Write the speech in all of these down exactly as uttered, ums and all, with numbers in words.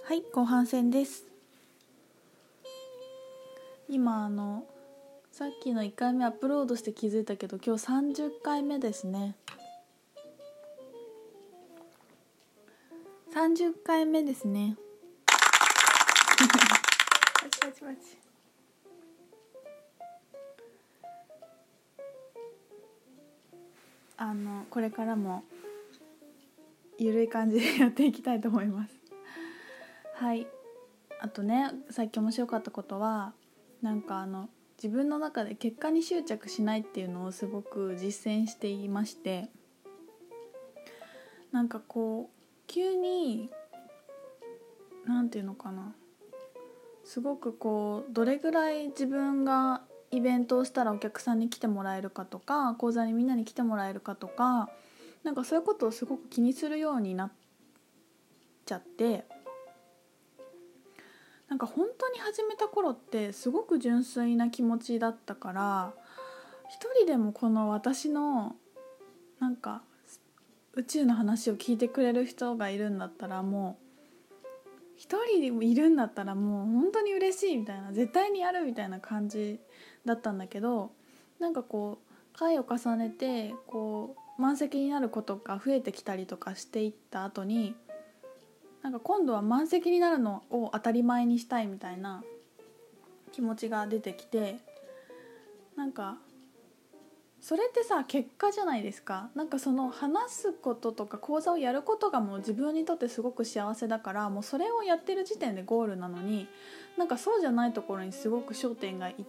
はい、後半戦です。今あのさっきのいっかいめアップロードして気づいたけど、今日さんじゅっかいめですね。さんじゅっかいめですね。パチパチパチ。あのこれからもゆるい感じでやっていきたいと思います。はい。あとね、さっき面白かったことは、なんかあの自分の中で結果に執着しないっていうのをすごく実践していまして、なんかこう急になんていうのかな、すごくこうどれぐらい自分がイベントをしたらお客さんに来てもらえるかとか、講座にみんなに来てもらえるかとか、なんかそういうことをすごく気にするようになっちゃって、なんか本当に始めた頃ってすごく純粋な気持ちだったから、一人でもこの私のなんか宇宙の話を聞いてくれる人がいるんだったら、もう一人でもいるんだったらもう本当に嬉しいみたいな、絶対にやるみたいな感じだったんだけど、なんかこう回を重ねてこう満席になることが増えてきたりとかしていった後に、なんか今度は満席になるのを当たり前にしたいみたいな気持ちが出てきて、なんかそれってさ結果じゃないですか。なんかその話すこととか講座をやることがもう自分にとってすごく幸せだから、もうそれをやってる時点でゴールなのに、なんかそうじゃないところにすごく焦点がいって、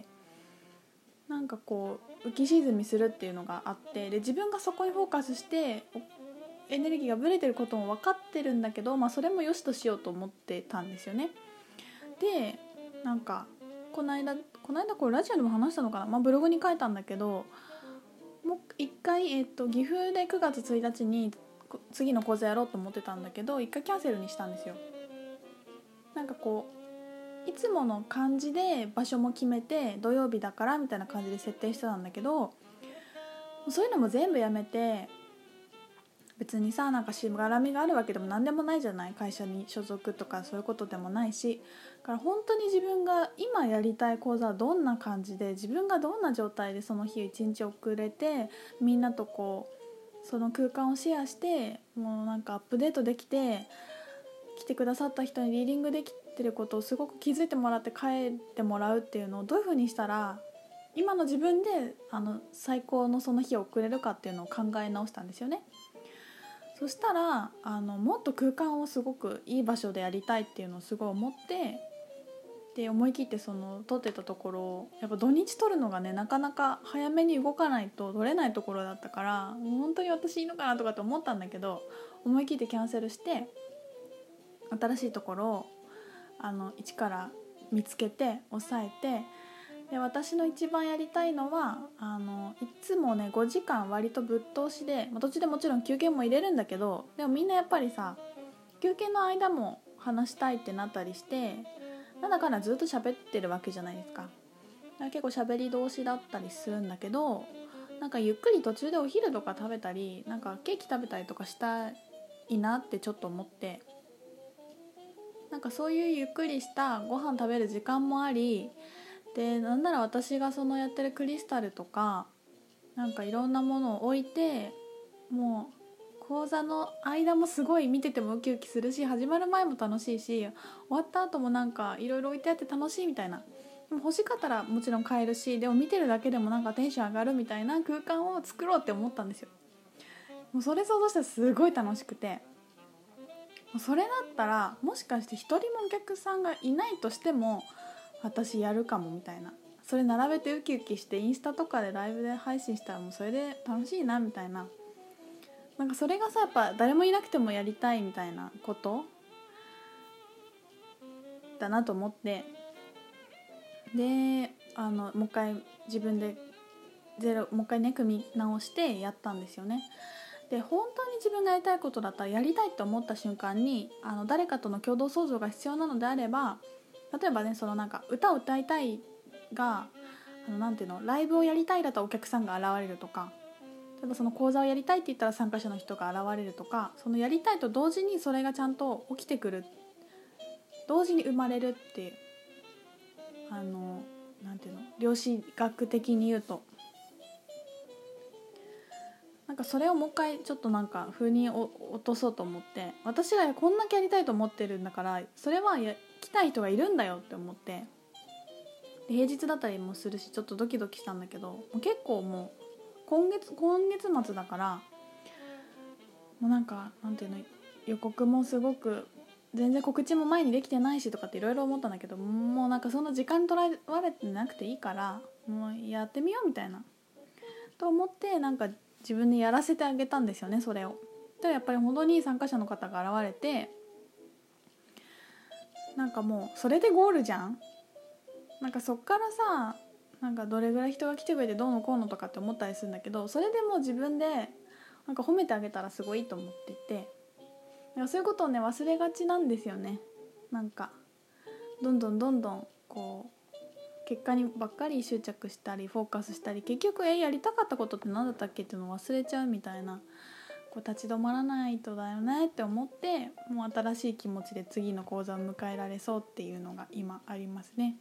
なんかこう浮き沈みするっていうのがあって、で自分がそこにフォーカスしてエネルギーがブレてることも分かってるんだけど、まあ、それも良しとしようと思ってたんですよね。でなんかこの間この間これラジオでも話したのかな、まあ、ブログに書いたんだけど、もう一回、えっと、岐阜でくがつついたちに次の講座やろうと思ってたんだけど、一回キャンセルにしたんですよ。なんかこういつもの感じで場所も決めて土曜日だからみたいな感じで設定してたんだけど、そういうのも全部やめて、別にさ、なんかしがらみがあるわけでも何でもないじゃない、会社に所属とかそういうことでもないし、だから本当に自分が今やりたい講座はどんな感じで、自分がどんな状態でその日一日遅れてみんなとこうその空間をシェアして、もうなんかアップデートできて、来てくださった人にリーディングできてることをすごく気づいてもらって帰ってもらうっていうのをどういう風にしたら今の自分であの最高のその日を送れるかっていうのを考え直したんですよね。そしたらあのもっと空間をすごくいい場所でやりたいっていうのをすごい思って、で思い切ってその撮ってたところをやっぱ土日撮るのがね、なかなか早めに動かないと撮れないところだったから、もう本当に私いいのかなとかって思ったんだけど、思い切ってキャンセルして新しいところをあの一から見つけて抑えて、で私の一番やりたいのはあのいつもねごじかん割とぶっ通しで、まあ、途中でもちろん休憩も入れるんだけど、でもみんなやっぱりさ休憩の間も話したいってなったりして、なんだかんだずっと喋ってるわけじゃないですか。だから結構喋り通しだったりするんだけど、なんかゆっくり途中でお昼とか食べたり、なんかケーキ食べたりとかしたいなってちょっと思って、なんかそういうゆっくりしたご飯食べる時間もあり、でなんなら私がそのやってるクリスタルとかなんかいろんなものを置いて、もう講座の間もすごい見ててもウキウキするし、始まる前も楽しいし、終わった後もなんかいろいろ置いてあって楽しいみたいな、でも欲しかったらもちろん買えるし、でも見てるだけでもなんかテンション上がるみたいな空間を作ろうって思ったんですよ。もうそれ想像したらすごい楽しくて、それだったらもしかして一人もお客さんがいないとしても私やるかもみたいな、それ並べてウキウキしてインスタとかでライブで配信したらもうそれで楽しいなみたいな、なんかそれがさやっぱ誰もいなくてもやりたいみたいなことだなと思って、であのもう一回自分でゼロもう一回ね組み直してやったんですよね。で本当に自分がやりたいことだったらやりたいと思った瞬間にあの誰かとの共同創造が必要なのであれば、例えばねそのなんか歌を歌いたいがあのなんていうのライブをやりたいだったらお客さんが現れるとか、例えばその講座をやりたいって言ったら参加者の人が現れるとか、そのやりたいと同時にそれがちゃんと起きてくる同時に生まれるっていう、あのなんていうの、量子学的に言うとなんかそれをもう一回ちょっとなんか風に落とそうと思って、私がこんだけやりたいと思ってるんだからそれはや来たい人がいるんだよって思って、で平日だったりもするしちょっとドキドキしたんだけど、もう結構もう今月今月末だからもうなんかなんていうの、予告もすごく全然告知も前にできてないしとかっていろいろ思ったんだけど、もうなんかそんな時間取られてなくていいからもうやってみようみたいなと思って、なんか自分でやらせてあげたんですよね。それをただやっぱり本当に参加者の方が現れて、なんかもうそれでゴールじゃん。なんかそっからさ、なんかどれぐらい人が来てくれてどうのこうのとかって思ったりするんだけど、それでもう自分でなんか褒めてあげたらすごいと思っていて、なんかそういうことをね忘れがちなんですよね。なんかどんどんどんどんこう結果にばっかり執着したりフォーカスしたり、結局えやりたかったことって何だったっけっていうのを忘れちゃうみたいな、こう立ち止まらないとだよねって思って、もう新しい気持ちで次の講座を迎えられそうっていうのが今ありますね。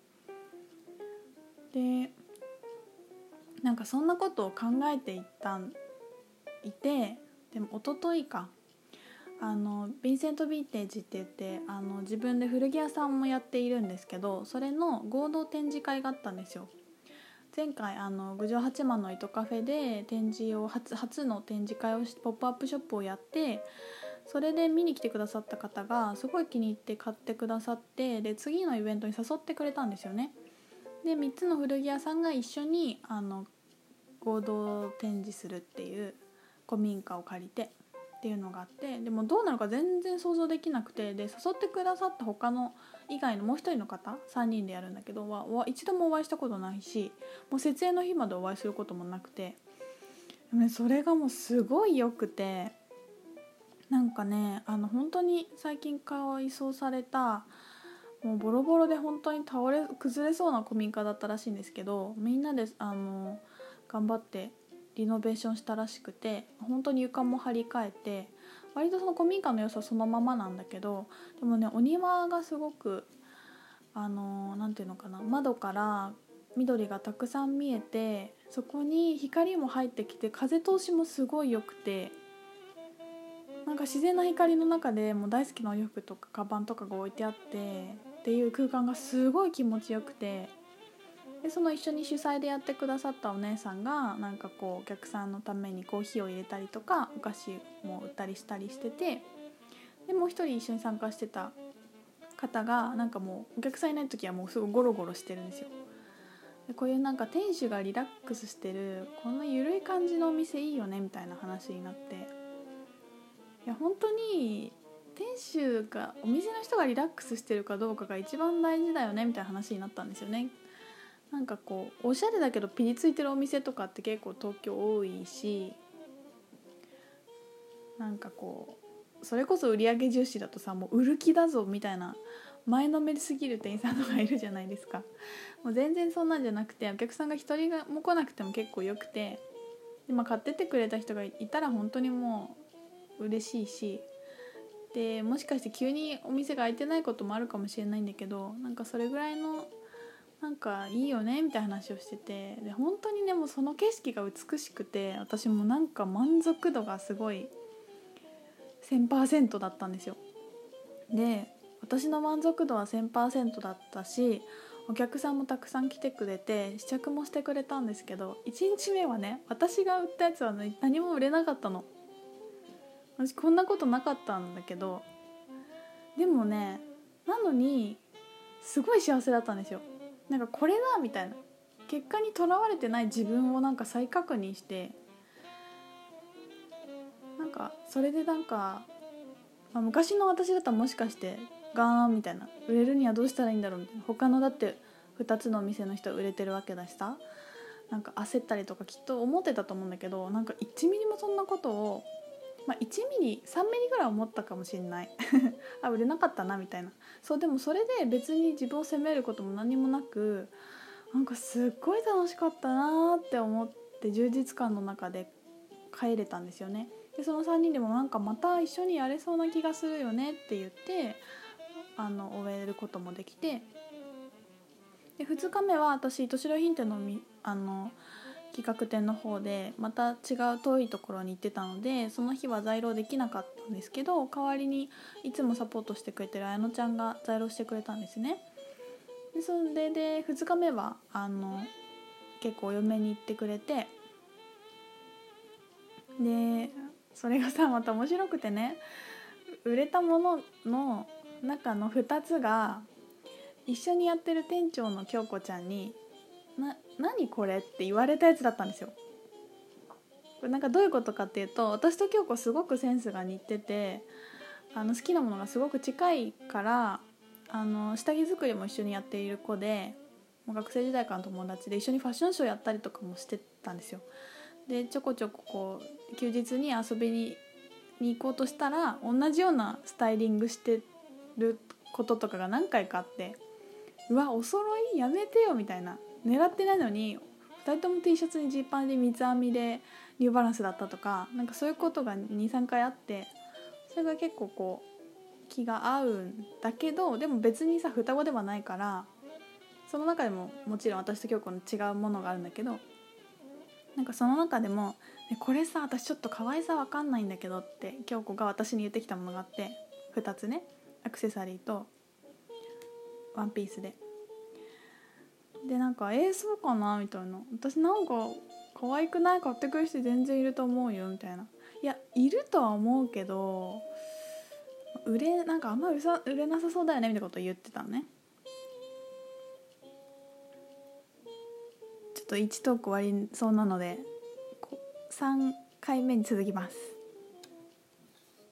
でなんかそんなことを考えていったんいて、でも一昨日か、あのヴィンセント・ヴィンテージって言って、あの自分で古着屋さんもやっているんですけど、それの合同展示会があったんですよ。前回あの郡上八幡の糸カフェで展示を 初, 初の展示会をしポップアップショップをやって、それで見に来てくださった方がすごい気に入って買ってくださって、で次のイベントに誘ってくれたんですよね。でみっつの古着屋さんが一緒にあの合同展示するっていう古民家を借りてっていうのがあって、でもどうなるか全然想像できなくて、で誘ってくださった他の以外のもう一人の方さんにんでやるんだけどは一度もお会いしたことないし、もう設営の日までお会いすることもなくて、でもね、それがもうすごい良くて、なんかねあの本当に最近改装されたもうボロボロで本当に倒れ崩れそうな古民家だったらしいんですけど、みんなであの頑張ってリノベーションしたらしくて、本当に床も張り替えて、割とその古民家の良さそのままなんだけど、でもねお庭がすごくあのなんていうのかな、窓から緑がたくさん見えて、そこに光も入ってきて風通しもすごい良くて、なんか自然な光の中でもう大好きなお洋服とかカバンとかが置いてあってっていう空間がすごい気持ちよくて、でその一緒に主催でやってくださったお姉さんがなんかこうお客さんのためにコーヒーを入れたりとかお菓子も売ったりしたりしてて、でもう一人一緒に参加してた方がなんかもうお客さんいない時はもうすごいゴロゴロしてるんですよ。でこういうなんか店主がリラックスしてるこんなゆるい感じのお店いいよねみたいな話になって、いや本当に店主がお店の人がリラックスしてるかどうかが一番大事だよねみたいな話になったんですよね。なんかこうおしゃれだけどピリついてるお店とかって結構東京多いし、なんかこうそれこそ売上重視だとさ、もう売る気だぞみたいな前のめりすぎる店員さんとかいるじゃないですか。もう全然そんなんじゃなくて、お客さんが一人も来なくても結構よくて、で、まあ、買ってってくれた人がいたら本当にもう嬉しいし、でもしかして急にお店が開いてないこともあるかもしれないんだけど、なんかそれぐらいのなんかいいよねみたいな話をしてて、で本当にねもうその景色が美しくて、私もなんか満足度がすごい せんパーセント だったんですよ。で私の満足度は せんパーセント だったし、お客さんもたくさん来てくれて試着もしてくれたんですけど、いちにちめはね私が売ったやつは、ね、何も売れなかったの。私こんなことなかったんだけど、でもねなのにすごい幸せだったんですよ。なんかこれだみたいな、結果にとらわれてない自分をなんか再確認して、なんかそれでなんか、まあ、昔の私だったらもしかしてガーンみたいな、売れるにはどうしたらいいんだろうみたいな、他のだってふたつのお店の人は売れてるわけだしさ、なんか焦ったりとかきっと思ってたと思うんだけど、なんかいちミリもそんなことを、まあ、いちミリさんミリぐらい思ったかもしれないあ売れなかったなみたいな。そう、でもそれで別に自分を責めることも何もなく、なんかすっごい楽しかったなって思って充実感の中で帰れたんですよね。でそのさんにんでもなんかまた一緒にやれそうな気がするよねって言って、 あの終えることもできて、でふつかめは私糸代品店のみあの企画展の方でまた違う遠いところに行ってたので、その日は在廊できなかったんですけど、代わりにいつもサポートしてくれてる綾乃ちゃんが在廊してくれたんですね。でそれでふつかめはあの結構お嫁に行ってくれて、でそれがさまた面白くてね、売れたものの中のふたつが一緒にやってる店長の京子ちゃんにな何これって言われたやつだったんですよ。これなんかどういうことかっていうと、私と京子すごくセンスが似てて、あの好きなものがすごく近いから、あの下着作りも一緒にやっている子で、もう学生時代からの友達で一緒にファッションショーやったりとかもしてたんですよ。でちょこちょここう休日に遊びにに行こうとしたら同じようなスタイリングしてることとかが何回かあって、うわお揃いやめてよみたいな、狙ってないのにふたりとも T シャツにジーパンで三つ編みでニューバランスだったとか、なんかそういうことが にさんかいあって、それが結構こう気が合うんだけど、でも別にさ双子ではないから、その中でももちろん私と京子の違うものがあるんだけど、なんかその中でもこれさ私ちょっと可愛さわかんないんだけどって京子が私に言ってきたものがあって、ふたつね、アクセサリーとワンピースで、でなんかえー、そうかなみたいな、私なんか可愛くない、買ってくる人全然いると思うよみたいな、いやいるとは思うけど売れなんかあんま売れなさそうだよねみたいなことを言ってたのね。ちょっといちトーク終わりそうなのでさんかいめに続きます。